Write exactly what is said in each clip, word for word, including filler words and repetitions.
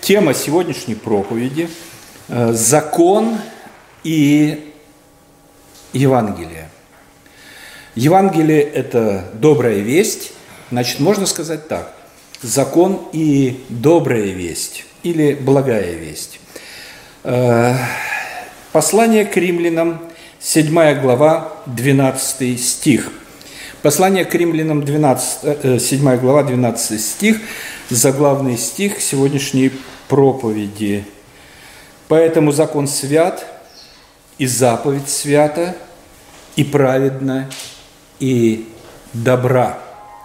Тема сегодняшней проповеди – закон и Евангелие. Евангелие – это добрая весть, значит, можно сказать так. Закон и добрая весть или благая весть. Послание к римлянам, седьмая глава, двенадцатый стих. Послание к римлянам, двенадцатая, седьмая глава, двенадцатый стих, заглавный стих сегодняшней проповеди. «Поэтому закон свят, и заповедь свята, и праведна, и добра».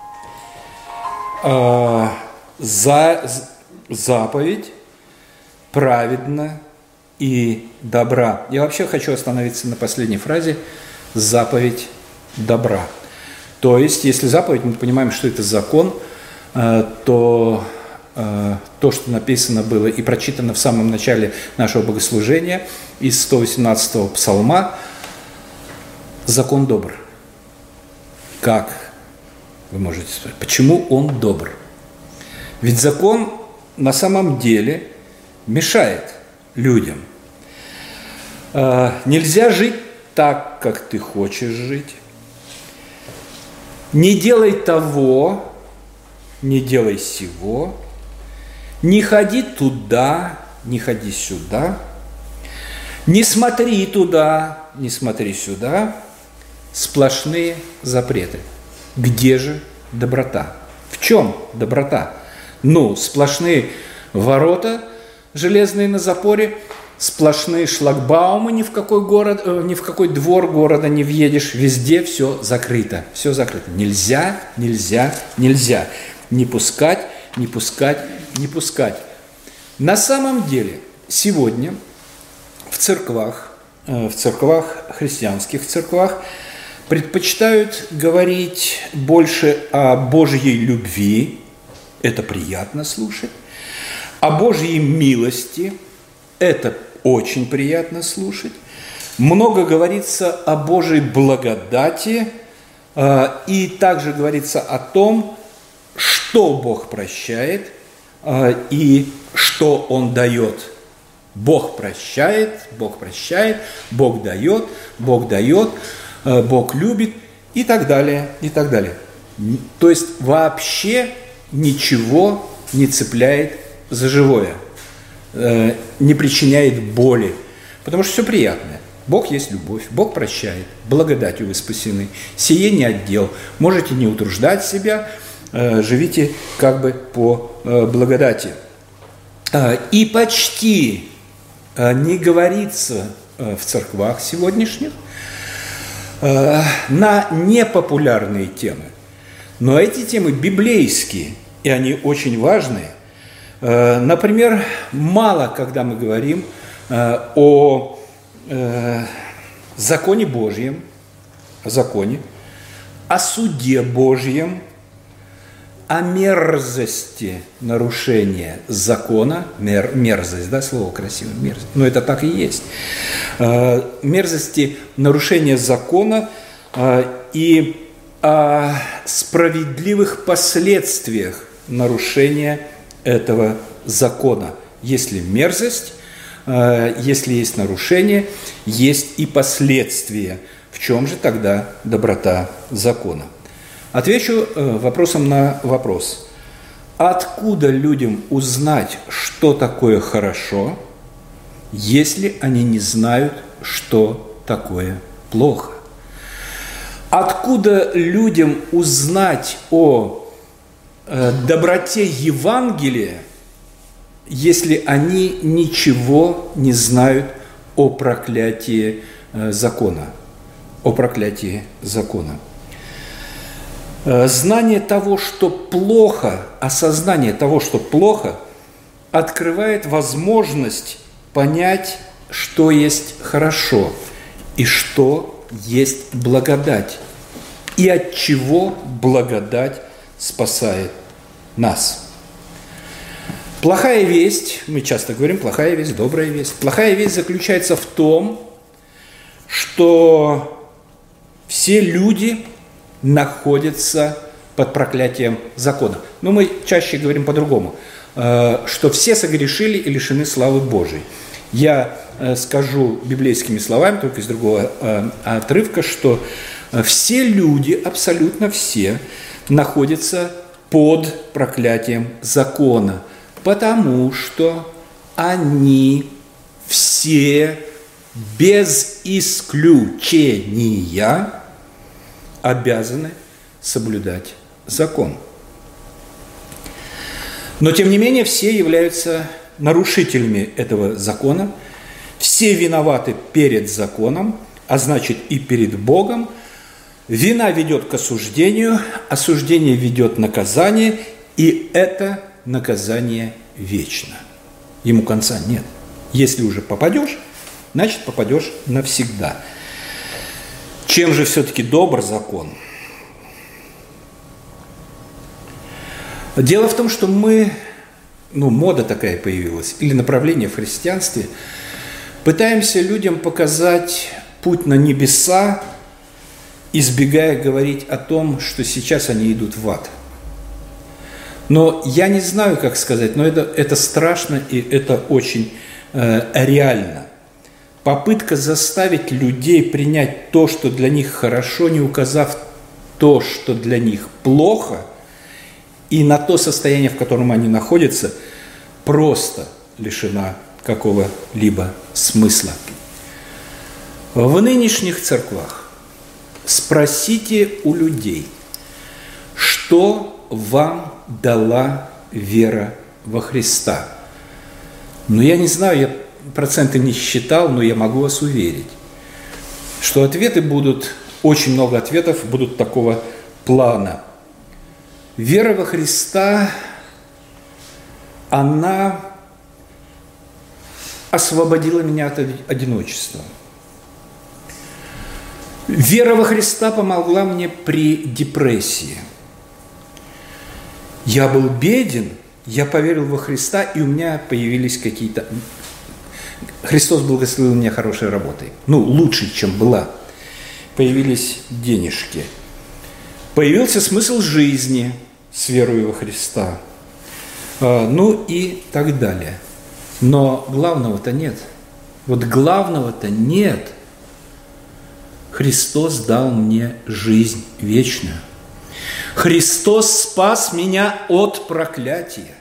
А, за, заповедь праведна и добра. Я вообще хочу остановиться на последней фразе «заповедь добра». То есть, если заповедь, мы понимаем, что это закон, то то, что написано было и прочитано в самом начале нашего богослужения из сто восемнадцатого псалма, закон добр. Как? Вы можете спросить, почему он добр? Ведь закон на самом деле мешает людям. Нельзя жить так, как ты хочешь жить. Не делай того, не делай сего, не ходи туда, не ходи сюда, не смотри туда, не смотри сюда. Сплошные запреты. Где же доброта? В чем доброта? Ну, сплошные ворота железные на запоре, сплошные шлагбаумы, ни в какой город, ни в какой двор города не въедешь, везде все закрыто, все закрыто. Нельзя, нельзя, нельзя. Не пускать, не пускать, не пускать. На самом деле, сегодня в церквах, в церквах, христианских церквах, предпочитают говорить больше о Божьей любви, это приятно слушать, о Божьей милости, это очень приятно слушать. Много говорится о Божьей благодати, и также говорится о том, что Бог прощает и что Он дает. Бог прощает, Бог прощает, Бог дает, Бог дает, Бог любит и так далее, и так далее. То есть вообще ничего не цепляет за живое, не причиняет боли, потому что все приятное. Бог есть любовь, Бог прощает, благодатью вы спасены, сие не отдел, можете не утруждать себя, живите как бы по благодати. И почти не говорится в церквах сегодняшних на непопулярные темы. Но эти темы библейские, и они очень важные. Например, мало когда мы говорим о законе Божьем, о законе, о суде Божьем, о мерзости нарушения закона, мер, мерзость, да, слово красивое, мерзость, но это так и есть, мерзости нарушения закона и о справедливых последствиях нарушения этого закона. Если мерзость, если есть нарушение, есть и последствия. В чем же тогда доброта закона? Отвечу вопросом на вопрос. Откуда людям узнать, что такое хорошо, если они не знают, что такое плохо? Откуда людям узнать о доброте Евангелия, если они ничего не знают о проклятии закона, о проклятии закона? Знание того, что плохо, осознание того, что плохо, открывает возможность понять, что есть хорошо и что есть благодать, и от чего благодать спасает нас. Плохая весть, мы часто говорим, плохая весть, добрая весть. Плохая весть заключается в том, что все люди находятся под проклятием закона. Но мы чаще говорим по-другому. что все согрешили и лишены славы Божией. Я скажу библейскими словами, только из другого отрывка, что все люди, абсолютно все, находятся под проклятием закона, потому что они все без исключения обязаны соблюдать закон. Но, тем не менее, все являются нарушителями этого закона, все виноваты перед законом, а значит и перед Богом. Вина ведет к осуждению, осуждение ведет к наказанию, и это наказание вечно. Ему конца нет. Если уже попадешь, значит попадешь навсегда. Чем же все-таки добр закон? Дело в том, что мы, ну, мода такая появилась, или направление в христианстве, пытаемся людям показать путь на небеса, избегая говорить о том, что сейчас они идут в ад. Но я не знаю, как сказать, но это, это страшно и это очень э, реально. Попытка заставить людей принять то, что для них хорошо, не указав то, что для них плохо, и на то состояние, в котором они находятся, просто лишена какого-либо смысла. В нынешних церквах спросите у людей, что вам дала вера во Христа. Ну, я не знаю, я проценты не считал, но я могу вас уверить, что ответы будут, очень много ответов будут такого плана. Вера во Христа, она освободила меня от одиночества. Вера во Христа помогла мне при депрессии. Я был беден, я поверил во Христа, и у меня появились какие-то... Христос благословил меня хорошей работой. Ну, лучше, чем была. Появились денежки. Появился смысл жизни с верой во Христа. Ну и так далее. Но главного-то нет. Вот главного-то нет. Христос дал мне жизнь вечную. Христос спас меня от проклятия.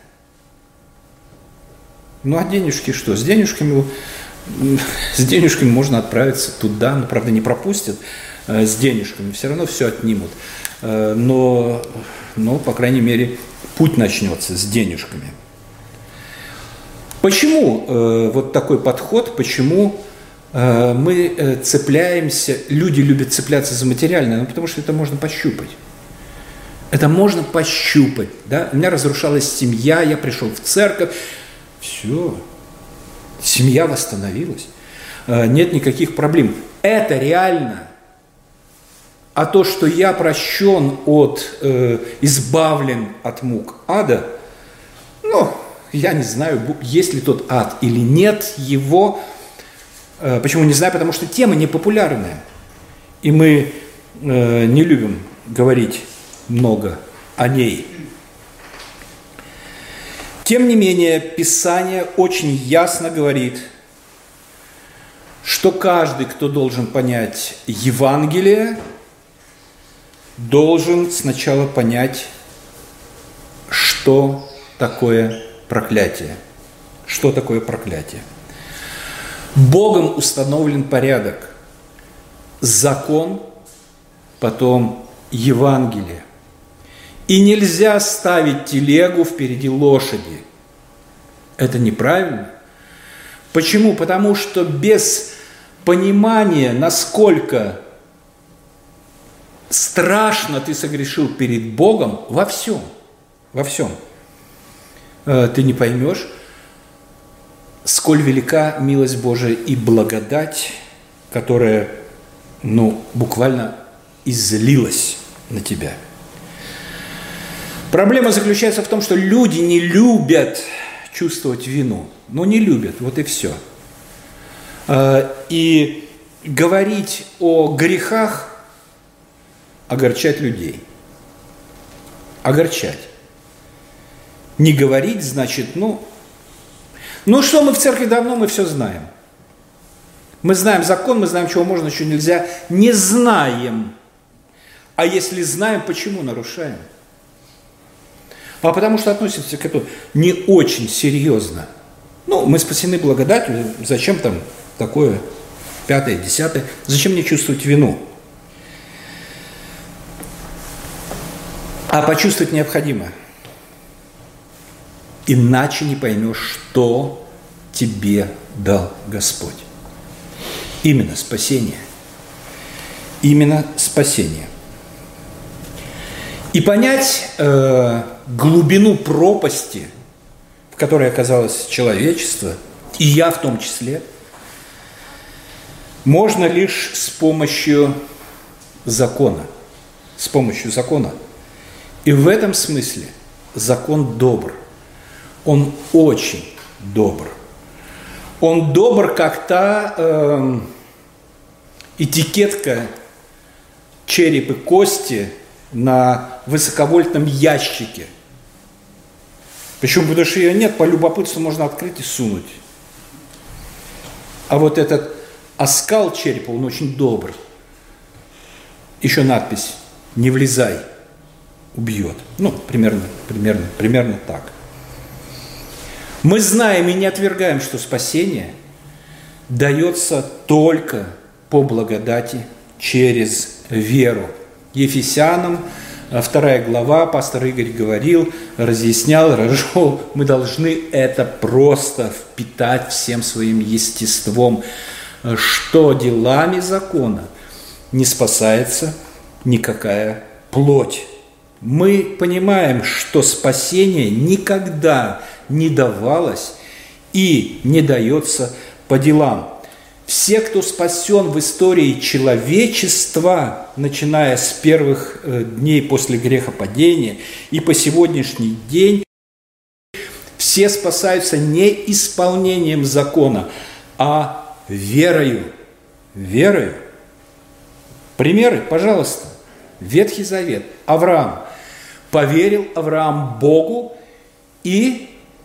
Ну а денежки что? С денежками, с денежками можно отправиться туда, но, правда, не пропустят с денежками, все равно все отнимут. Но, но, по крайней мере, путь начнется с денежками. Почему э, вот такой подход, почему э, мы э, цепляемся, люди любят цепляться за материальное? Ну, потому что это можно пощупать. Это можно пощупать. Да? У меня разрушалась семья, я пришел в церковь, все, семья восстановилась, э, нет никаких проблем. Это реально. А то, что я прощен от, э, избавлен от мук ада, ну, я не знаю, есть ли тот ад или нет его. Э, почему не знаю? Потому что тема непопулярная. И мы э, не любим говорить много о ней. Тем не менее, Писание очень ясно говорит, что каждый, кто должен понять Евангелие, должен сначала понять, что такое проклятие. Что такое проклятие? Богом установлен порядок. Закон, потом Евангелие. И нельзя ставить телегу впереди лошади. Это неправильно. Почему? Потому что без понимания, насколько страшно ты согрешил перед Богом во всем, во всем, ты не поймешь, сколь велика милость Божия и благодать, которая, ну, буквально излилась на тебя. Проблема заключается в том, что люди не любят чувствовать вину. Ну, не любят, вот и все. И говорить о грехах огорчать людей. Огорчать. Не говорить, значит, ну... Ну что, мы в церкви давно, мы все знаем. Мы знаем закон, мы знаем, чего можно, чего нельзя. Не знаем. А если знаем, почему нарушаем? А потому что относимся к этому не очень серьезно. Ну, мы спасены благодатью, зачем там такое пятое, десятое? Зачем мне чувствовать вину? А почувствовать необходимо. Иначе не поймешь, что тебе дал Господь. Именно спасение. Именно спасение. И понять э, глубину пропасти, в которой оказалось человечество, и я в том числе, можно лишь с помощью закона. С помощью закона. И в этом смысле закон добр. Он очень добр. Он добр, как та э, этикетка череп и кости на высоковольтном ящике. Почему? Потому что ее нет, по любопытству можно открыть и сунуть. А вот этот оскал черепа, он очень добр. Еще надпись «Не влезай, убьет». Ну, примерно, примерно, примерно так. Мы знаем и не отвергаем, что спасение дается только по благодати через веру. Ефесянам, вторая глава, пастор Игорь говорил, разъяснял, разжевал, мы должны это просто впитать всем своим естеством, что делами закона не спасается никакая плоть. Мы понимаем, что спасение никогда не давалось и не дается по делам. Все, кто спасен в истории человечества, начиная с первых дней после грехопадения и по сегодняшний день, все спасаются не исполнением закона, а верою. Верою. Примеры, пожалуйста. Ветхий Завет. Авраам. Поверил Авраам Богу, и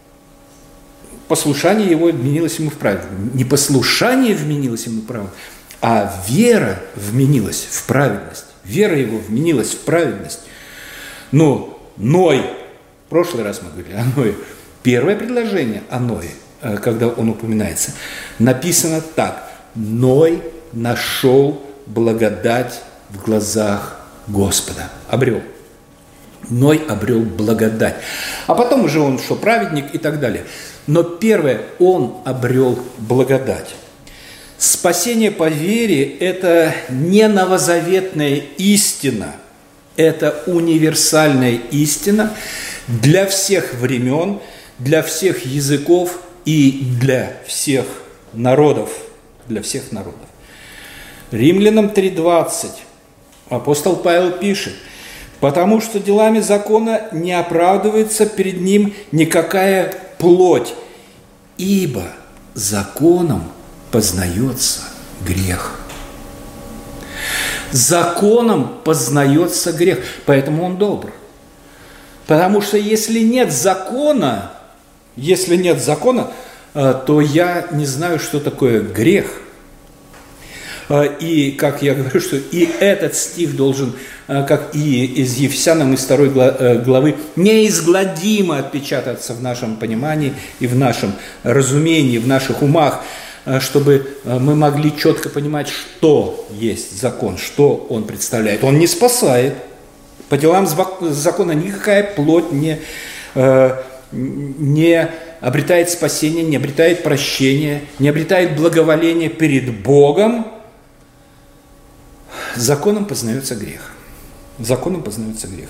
послушание его вменилось ему в праведность. Не послушание вменилось ему в праведность, а вера вменилась в праведность. Вера его вменилась в праведность. Ну, Ной, в прошлый раз мы говорили о Ное. Первое предложение о Ное, когда он упоминается, написано так. Ной нашел благодать в глазах Господа. Обрел. Ной обрел благодать. А потом уже он, что праведник и так далее. Но первое, он обрел благодать. Спасение по вере – это не новозаветная истина, это универсальная истина для всех времен, для всех языков и для всех народов. Для всех народов. Римлянам три двадцать апостол Павел пишет: «Потому что делами закона не оправдывается перед ним никакая плоть, ибо законом познается грех». Законом познается грех, поэтому он добр. Потому что если нет закона, если нет закона, то я не знаю, что такое грех. И, как я говорю, что и этот стих должен, как и из Ефесянам, из второй главы, неизгладимо отпечататься в нашем понимании и в нашем разумении, в наших умах, чтобы мы могли четко понимать, что есть закон, что он представляет. Он не спасает. По делам закона никакая плоть не, не обретает спасения, не обретает прощения, не обретает благоволения перед Богом. Законом познается грех. Законом познается грех.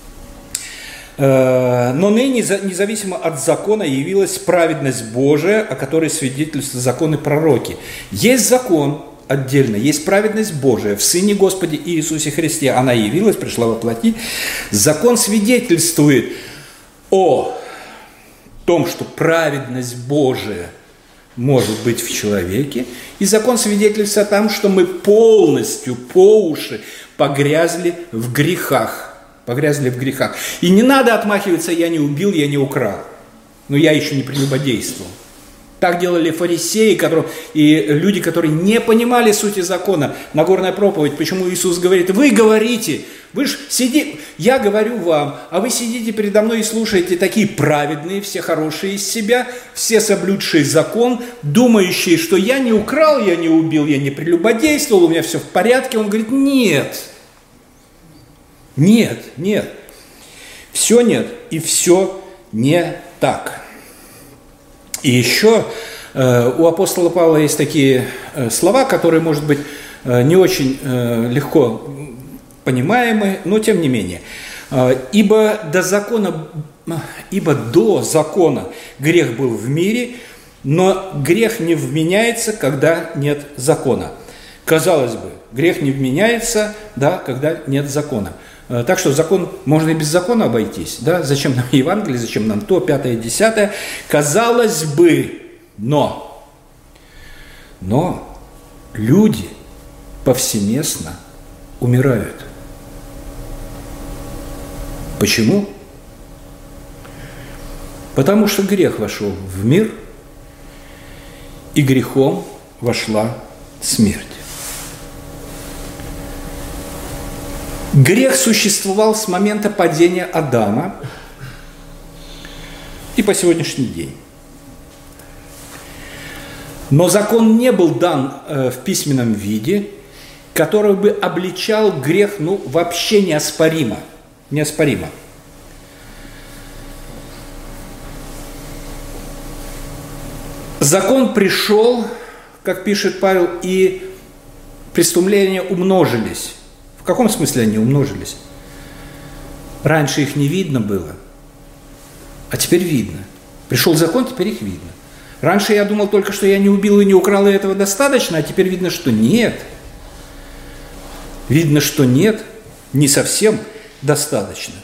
Но ныне, независимо от закона, явилась праведность Божия, о которой свидетельствуют законы пророки. Есть закон отдельно, есть праведность Божия в Сыне Господе Иисусе Христе. Она явилась, пришла во плоти. Закон свидетельствует о том, что праведность Божия может быть в человеке, и закон свидетельствует о том, что мы полностью по уши погрязли в грехах. погрязли в грехах. И не надо отмахиваться: я не убил, я не украл. Но я еще не прелюбодействовал. Так делали фарисеи, которые, и люди, которые не понимали сути закона. Нагорная проповедь, почему Иисус говорит: вы говорите, вы же сидите, я говорю вам, а вы сидите передо мной и слушаете, такие праведные, все хорошие из себя, все соблюдшие закон, думающие, что я не украл, я не убил, я не прелюбодействовал, у меня все в порядке. Он говорит: нет, нет, нет, все нет, и все не так. И еще э, у апостола Павла есть такие э, слова, которые, может быть, э, не очень э, легко понимаемы, но тем не менее. Э, ибо до закона, ибо до закона грех был в мире, но грех не вменяется, когда нет закона. Казалось бы, грех не вменяется, да, когда нет закона. Так что закон, можно и без закона обойтись, да? Зачем нам Евангелие, зачем нам то, пятое, десятое? Казалось бы, но, но люди повсеместно умирают. Почему? Потому что грех вошел в мир, и грехом вошла смерть. Грех существовал с момента падения Адама и по сегодняшний день. Но закон не был дан э, в письменном виде, который бы обличал грех, ну, вообще неоспоримо. Неоспоримо. Закон пришел, как пишет Павел, и преступления умножились. В каком смысле они умножились? Раньше их не видно было, а теперь видно. Пришел закон, теперь их видно. Раньше я думал только, что я не убил и не украл, и этого достаточно, а теперь видно, что нет. Видно, что нет, не совсем достаточно.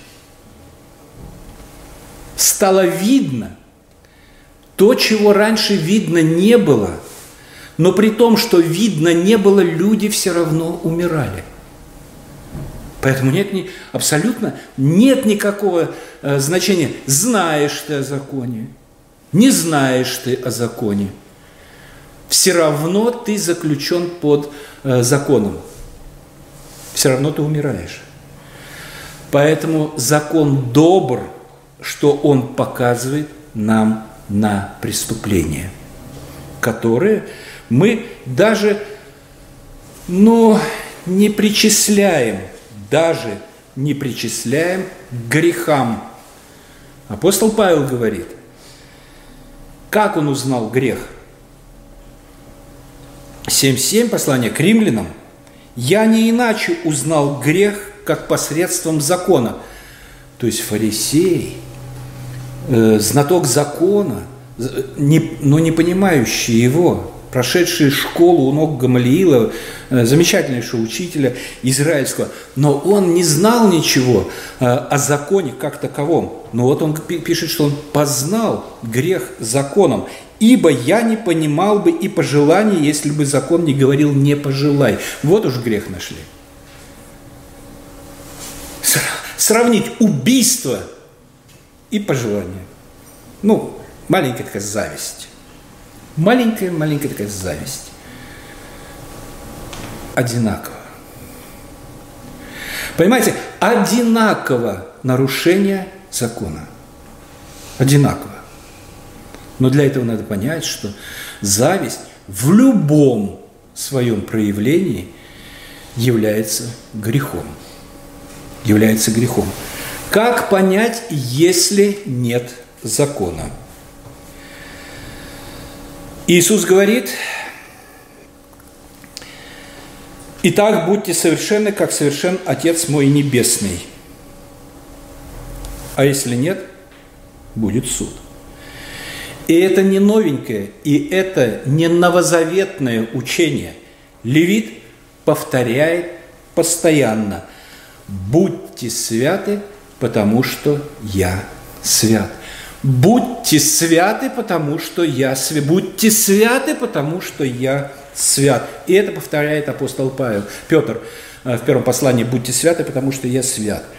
Стало видно то, чего раньше видно не было, но при том, что видно не было, люди все равно умирали. Поэтому нет ни, абсолютно нет никакого э, значения, знаешь ты о законе, не знаешь ты о законе. Все равно ты заключен под э, законом. Все равно ты умираешь. Поэтому закон добр, что он показывает нам на преступления, которые мы даже, ну, не причисляем. Даже не причисляем к грехам. Апостол Павел говорит, как он узнал грех? семь семь, послание к римлянам. «Я не иначе узнал грех, как посредством закона». То есть фарисей, э, знаток закона, не, но не понимающий его, прошедший школу у ног Гамалиила, замечательнейшего учителя израильского, но он не знал ничего о законе как таковом. Но вот он пишет, что он познал грех законом, ибо я не понимал бы и пожеланий, если бы закон не говорил «не пожелай». Вот уж грех нашли. Сравнить убийство и пожелание. Ну, маленькая такая зависть. Маленькая-маленькая такая зависть. Одинаково. Понимаете, одинаково нарушение закона. Одинаково. Но для этого надо понять, что зависть в любом своем проявлении является грехом. Является грехом. Как понять, если нет закона? Иисус говорит: «Итак, будьте совершенны, как совершен Отец мой Небесный». А если нет, будет суд. И это не новенькое, и это не новозаветное учение. Левит повторяет постоянно: «Будьте святы, потому что я свят». Будьте святы, потому что я свят. Будьте святы, потому что я свят. И это повторяет апостол Павел. Петр в первом послании: будьте святы, потому что я свят.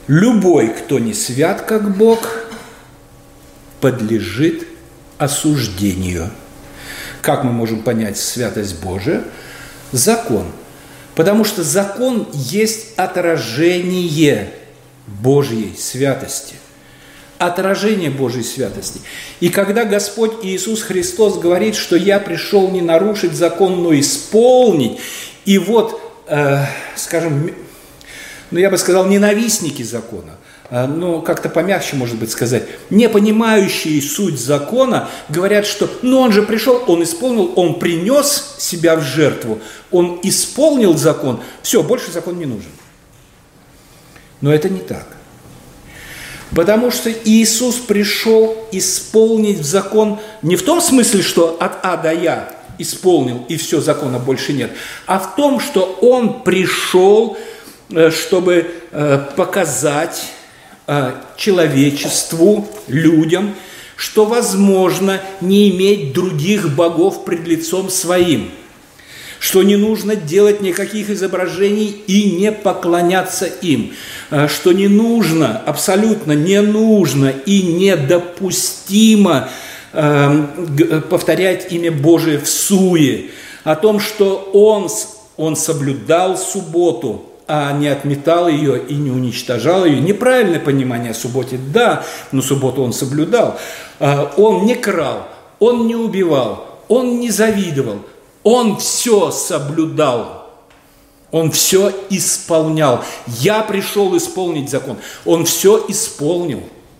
Любой, кто не свят, как Бог, подлежит осуждению. Как мы можем понять святость Божию? Закон. Потому что закон есть отражение Божьей святости. Отражение Божьей святости. И когда Господь Иисус Христос говорит, что я пришел не нарушить закон, но исполнить, и вот, э, скажем, ну я бы сказал, ненавистники закона, э, ну как-то помягче, может быть, сказать, не понимающие суть закона, говорят, что ну он же пришел, он исполнил, он принес себя в жертву, он исполнил закон, все, больше закон не нужен. Но это не так. Потому что Иисус пришел исполнить закон не в том смысле, что от А до Я исполнил, и все, закона больше нет, а в том, что Он пришел, чтобы показать человечеству, людям, что возможно не иметь других богов пред лицом Своим, что не нужно делать никаких изображений и не поклоняться им, что не нужно, абсолютно не нужно и недопустимо э, повторять имя Божие в суе, о том, что он, он соблюдал субботу, а не отметал ее и не уничтожал ее. Неправильное понимание о субботе, да, но субботу он соблюдал. Он не крал, он не убивал, он не завидовал. Он все соблюдал, он все исполнял. Я пришел исполнить закон. Он все исполнил.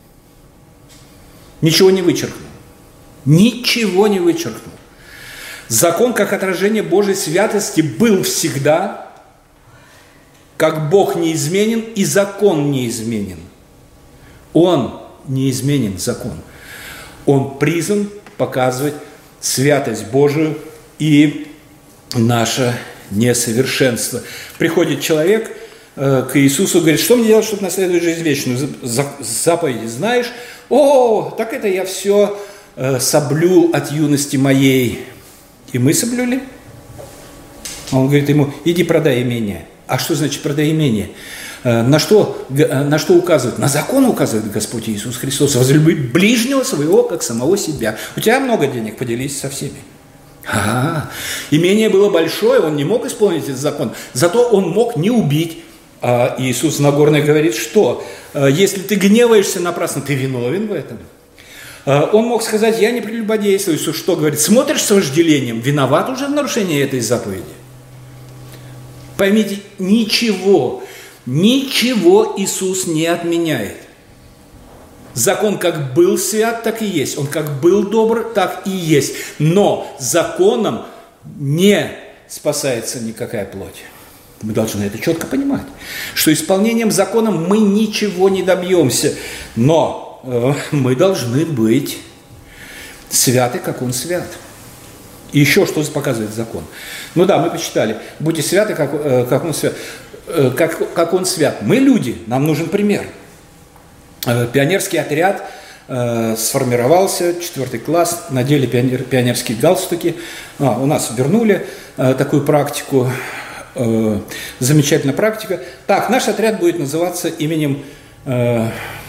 Ничего не вычеркнул. Ничего не вычеркнул. Закон, как отражение Божьей святости, был всегда, как Бог неизменен и закон неизменен. Он неизменен, закон. Он призван показывать святость Божию и наше несовершенство. Приходит человек э, к Иисусу и говорит, что мне делать, чтобы наследовать жизнь вечную? Заповеди знаешь? О, так это я все э, соблюл от юности моей. И мы соблюли? Он говорит ему, иди продай имение. А что значит продай имение? Э, на, что, э, на что указывает? На закон указывает Господь Иисус Христос. Возлюби ближнего своего, как самого себя. У тебя много денег, поделись со всеми. А, имение было большое, он не мог исполнить этот закон, зато он мог не убить. А Иисус Нагорный говорит, что если ты гневаешься напрасно, ты виновен в этом. А он мог сказать, я не прелюбодействую. Иисус что говорит? Смотришь с вожделением, виноват уже в нарушении этой заповеди. Поймите, ничего, ничего Иисус не отменяет. Закон как был свят, так и есть. Он как был добр, так и есть. Но законом не спасается никакая плоть. Мы должны это четко понимать. Что исполнением закона мы ничего не добьемся. Но э, мы должны быть святы, как Он свят. И еще что показывает закон. Ну да, мы почитали. Будьте святы, как, э, как Он свят. Э, как, как Он свят. Мы люди, нам нужен пример. Пионерский отряд э, сформировался, четвертый класс, надели пионер, пионерские галстуки. А, у нас вернули э, такую практику, э, замечательная практика. Так, наш отряд будет называться именем э,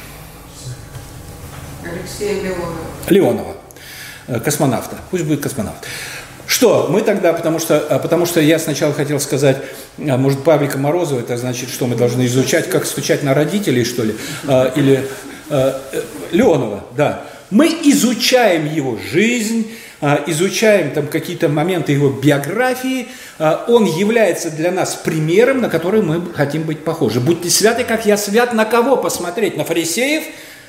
Алексея Леонова. Леонова, э, космонавта. Пусть будет космонавт. Что? Мы тогда, потому что, потому что я сначала хотел сказать, может, Павлика Морозова, это значит, что мы должны изучать, как стучать на родителей, что ли, или Леонова, да. Мы изучаем его жизнь, изучаем там какие-то моменты его биографии, он является для нас примером, на который мы хотим быть похожи. Будьте святы, как я свят. На кого посмотреть? На фарисеев?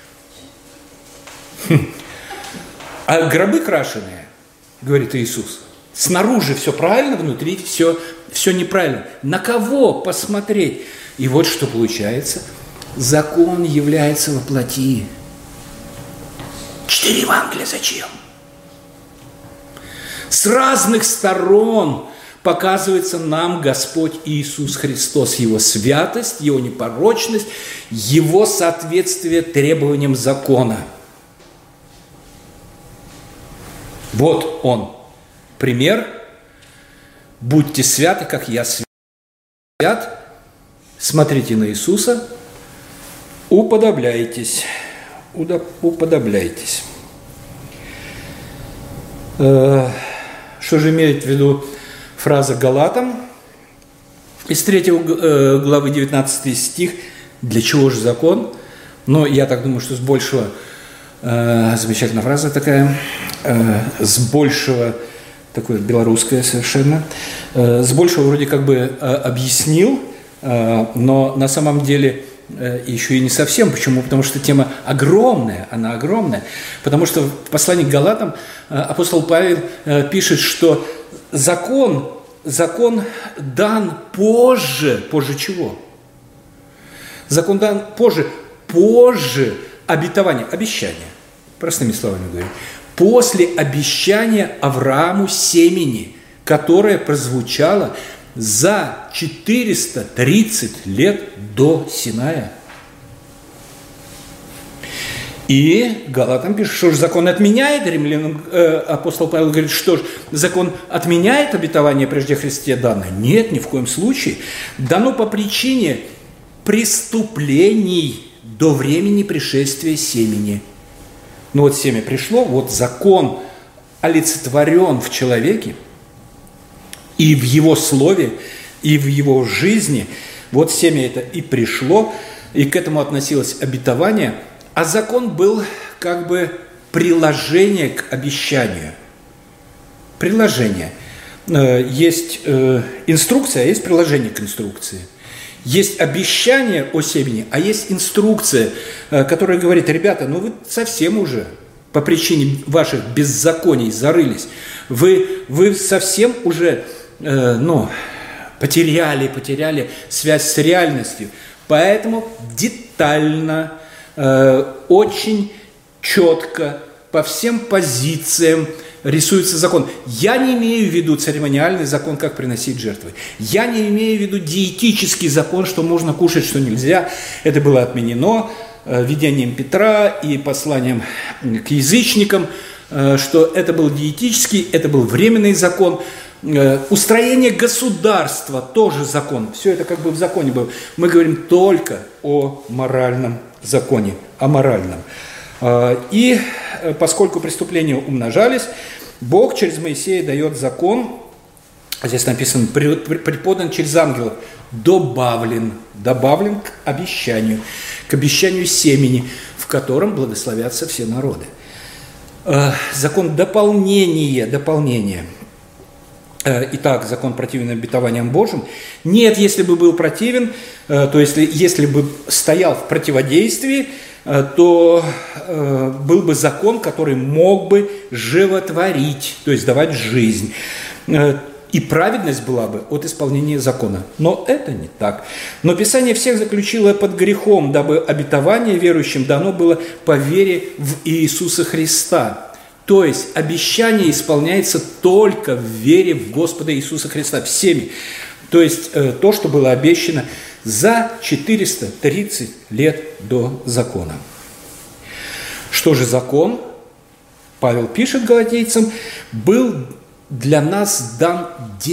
Хм. А гробы крашеные, говорит Иисус. Снаружи все правильно, внутри все, все неправильно. На кого посмотреть? И вот что получается. Закон является во плоти. Четыре Евангелия зачем? С разных сторон показывается нам Господь Иисус Христос, Его святость, Его непорочность, Его соответствие требованиям закона. Вот Он. Пример. Будьте святы, как я свят. Смотрите на Иисуса уподобляйтесь, уподобляйтесь. Что же имеет в виду фраза Галатам из третьей главы девятнадцатый стих? Для чего же закон? Но я так думаю, что с большего, замечательная фраза такая, с большего, такое белорусское совершенно, с большего вроде как бы объяснил, но на самом деле еще и не совсем. Почему? Потому что тема огромная, она огромная. Потому что в послании к Галатам апостол Павел пишет, что закон, закон дан позже. Позже чего? Закон дан позже. Позже обетования, обещания. Простыми словами говорю. После обещания Аврааму семени, которое прозвучало за четыреста тридцать лет до Синая. И Галатам пишет, что же закон отменяет, римлянам э, апостол Павел говорит, что же закон отменяет обетование прежде Христе данное? Нет, ни в коем случае. Дано по причине преступлений до времени пришествия семени. Ну вот семя пришло, вот закон олицетворен в человеке, и в его слове, и в его жизни. Вот семя это и пришло, и к этому относилось обетование, а закон был как бы приложение к обещанию. Приложение. Есть инструкция, а есть приложение к инструкции. Есть обещание о семени, а есть инструкция, которая говорит: ребята, ну вы совсем уже по причине ваших беззаконий зарылись. Вы, вы совсем уже э, ну, потеряли, потеряли связь с реальностью. Поэтому детально, э, очень четко, по всем позициям рисуется закон. Я не имею в виду церемониальный закон, как приносить жертвы. Я не имею в виду диетический закон, что можно кушать, что нельзя. Это было отменено видением Петра и посланием к язычникам, что это был диетический, это был временный закон. Устроение государства тоже закон. Все это как бы в законе было. Мы говорим только о моральном законе, о моральном. И поскольку преступления умножались, Бог через Моисея дает закон, здесь написано, преподан через ангелов, добавлен, добавлен к обещанию, к обещанию семени, в котором благословятся все народы. Закон дополнения, дополнения. Итак, закон противен обетованиям Божьим. Нет, если бы был противен, то есть если, если бы стоял в противодействии, то э, был бы закон, который мог бы животворить, то есть давать жизнь. Э, и праведность была бы от исполнения закона. Но это не так. Но Писание всех заключило под грехом, дабы обетование верующим дано было по вере в Иисуса Христа. То есть обещание исполняется только в вере в Господа Иисуса Христа, всеми. То есть э, то, что было обещано за четыреста тридцать лет до закона. Что же закон? Павел пишет галатейцам, был для нас дан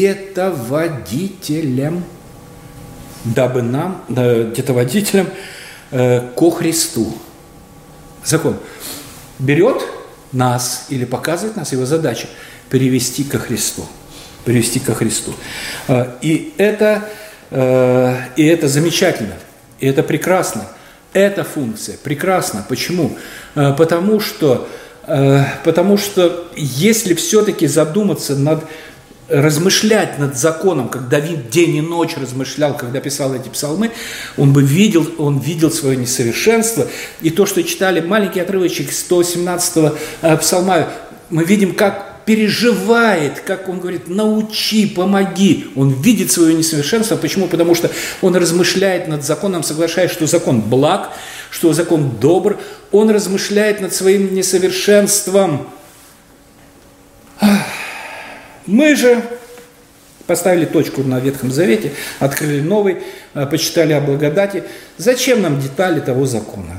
детоводителем, дабы нам, детоводителем э, ко Христу. Закон берет нас или показывает нас, его задача перевести ко Христу. Привести ко Христу. И это, и это замечательно, и это прекрасно. Эта функция прекрасна. Почему? Потому что, потому что если все-таки задуматься над, размышлять над законом, как Давид день и ночь размышлял, когда писал эти псалмы, он бы видел, он видел свое несовершенство. И то, что читали маленький отрывочек сто семнадцатого псалма, мы видим, как переживает, как он говорит, научи, помоги. Он видит свое несовершенство. Почему? Потому что он размышляет над законом, соглашаясь, что закон благ, что закон добр. Он размышляет над своим несовершенством. Мы же поставили точку на Ветхом Завете, открыли новый, почитали о благодати. Зачем нам детали того закона?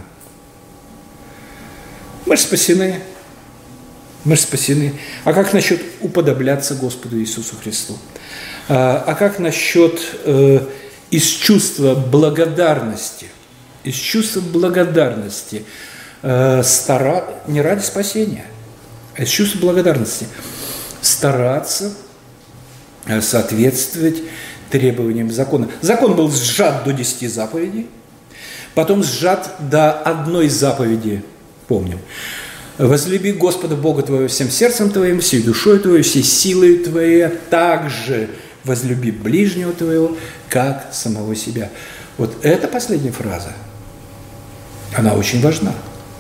Мы же спасены. Мы же спасены. А как насчет уподобляться Господу Иисусу Христу? А, а как насчет э, из чувства благодарности из чувства благодарности, э, стара... не ради спасения, а из чувства благодарности стараться соответствовать требованиям закона. Закон был сжат до десяти заповедей, потом сжат до одной заповеди, помним. «Возлюби Господа Бога твоего всем сердцем твоим, всей душой твоей, всей силой твоей, а также возлюби ближнего твоего, как самого себя». Вот эта последняя фраза, она очень важна.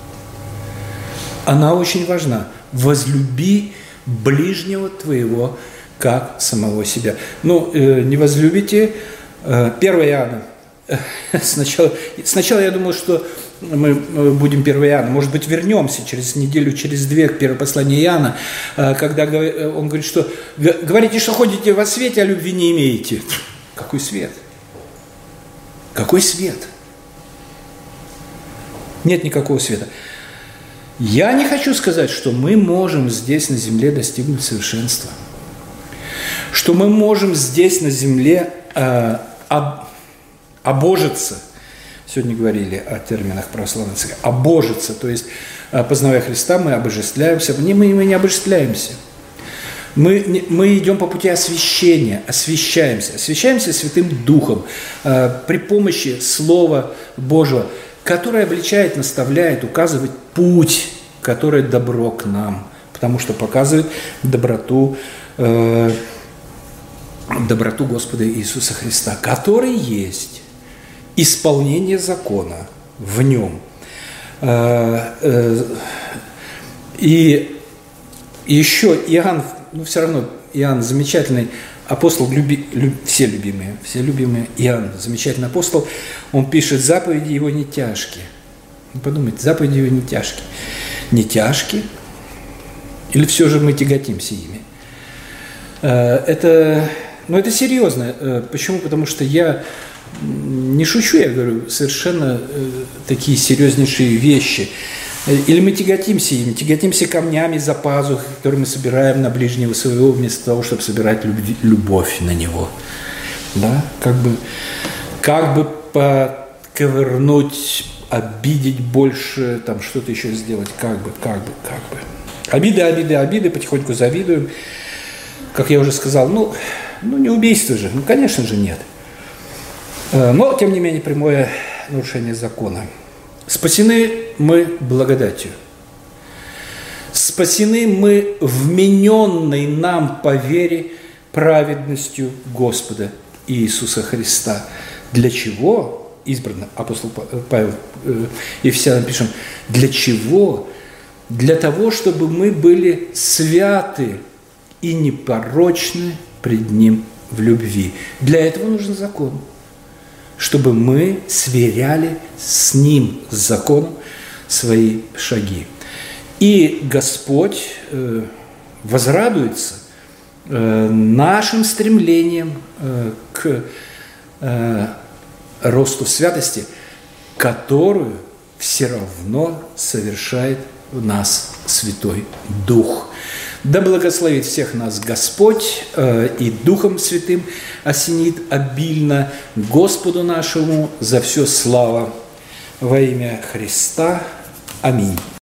Она очень важна. «Возлюби ближнего твоего, как самого себя». Ну, э, не возлюбите. Э, первое Иоанна. Сначала, сначала я думал, что мы будем первое Иоанна. Может быть, вернемся через неделю, через две к первому посланию Иоанна, э, когда он говорит, что говорите, что ходите во свете, а любви не имеете. Какой свет? Какой свет? Нет никакого света. Я не хочу сказать, что мы можем здесь на земле достигнуть совершенства. Что мы можем здесь на земле э, об, обожиться. Сегодня говорили о терминах православной церкви. Обожиться, то есть, э, познавая Христа, мы обожествляемся. Не, мы, мы не обожествляемся. Мы, не, мы идем по пути освящения, освящаемся. Освящаемся Святым Духом э, при помощи Слова Божьего, которое обличает, наставляет, указывает путь, который добро к нам, потому что показывает доброту, э, доброту Господа Иисуса Христа, который есть исполнение закона в нем. Э, э, и еще Иоанн, ну все равно Иоанн замечательный апостол, люби, люб, все любимые, все любимые, Иоанн, замечательный апостол, он пишет, заповеди его не тяжкие. Подумайте, заповеди его не тяжкие. Не тяжкие? Или все же мы тяготимся ими? Это, ну, это серьезно. Почему? Потому что я не шучу, я говорю совершенно такие серьезнейшие вещи. Или мы тяготимся ими, тяготимся камнями за пазухой, которые мы собираем на ближнего своего, вместо того, чтобы собирать любви, любовь на него. Да? Как бы, как бы поковырнуть, обидеть больше, там что-то еще сделать, как бы, как бы, как бы. Обиды, обиды, обиды, потихоньку завидуем. Как я уже сказал, ну, ну не убийство же, ну, конечно же, нет. Но, тем не менее, прямое нарушение закона. Спасены мы благодатью. Спасены мы вмененной нам по вере праведностью Господа Иисуса Христа. Для чего избрано, апостол Павел Ефесянам пишет, для чего? Для того, чтобы мы были святы и непорочны пред Ним в любви. Для этого нужен закон. Чтобы мы сверяли с Ним, с законом, свои шаги. И Господь э, возрадуется э, нашим стремлением э, к э, росту в святости, которую все равно совершает в нас Святой Дух. Да благословит всех нас Господь э, и Духом Святым осенит обильно. Господу нашему за все слава во имя Христа. Аминь.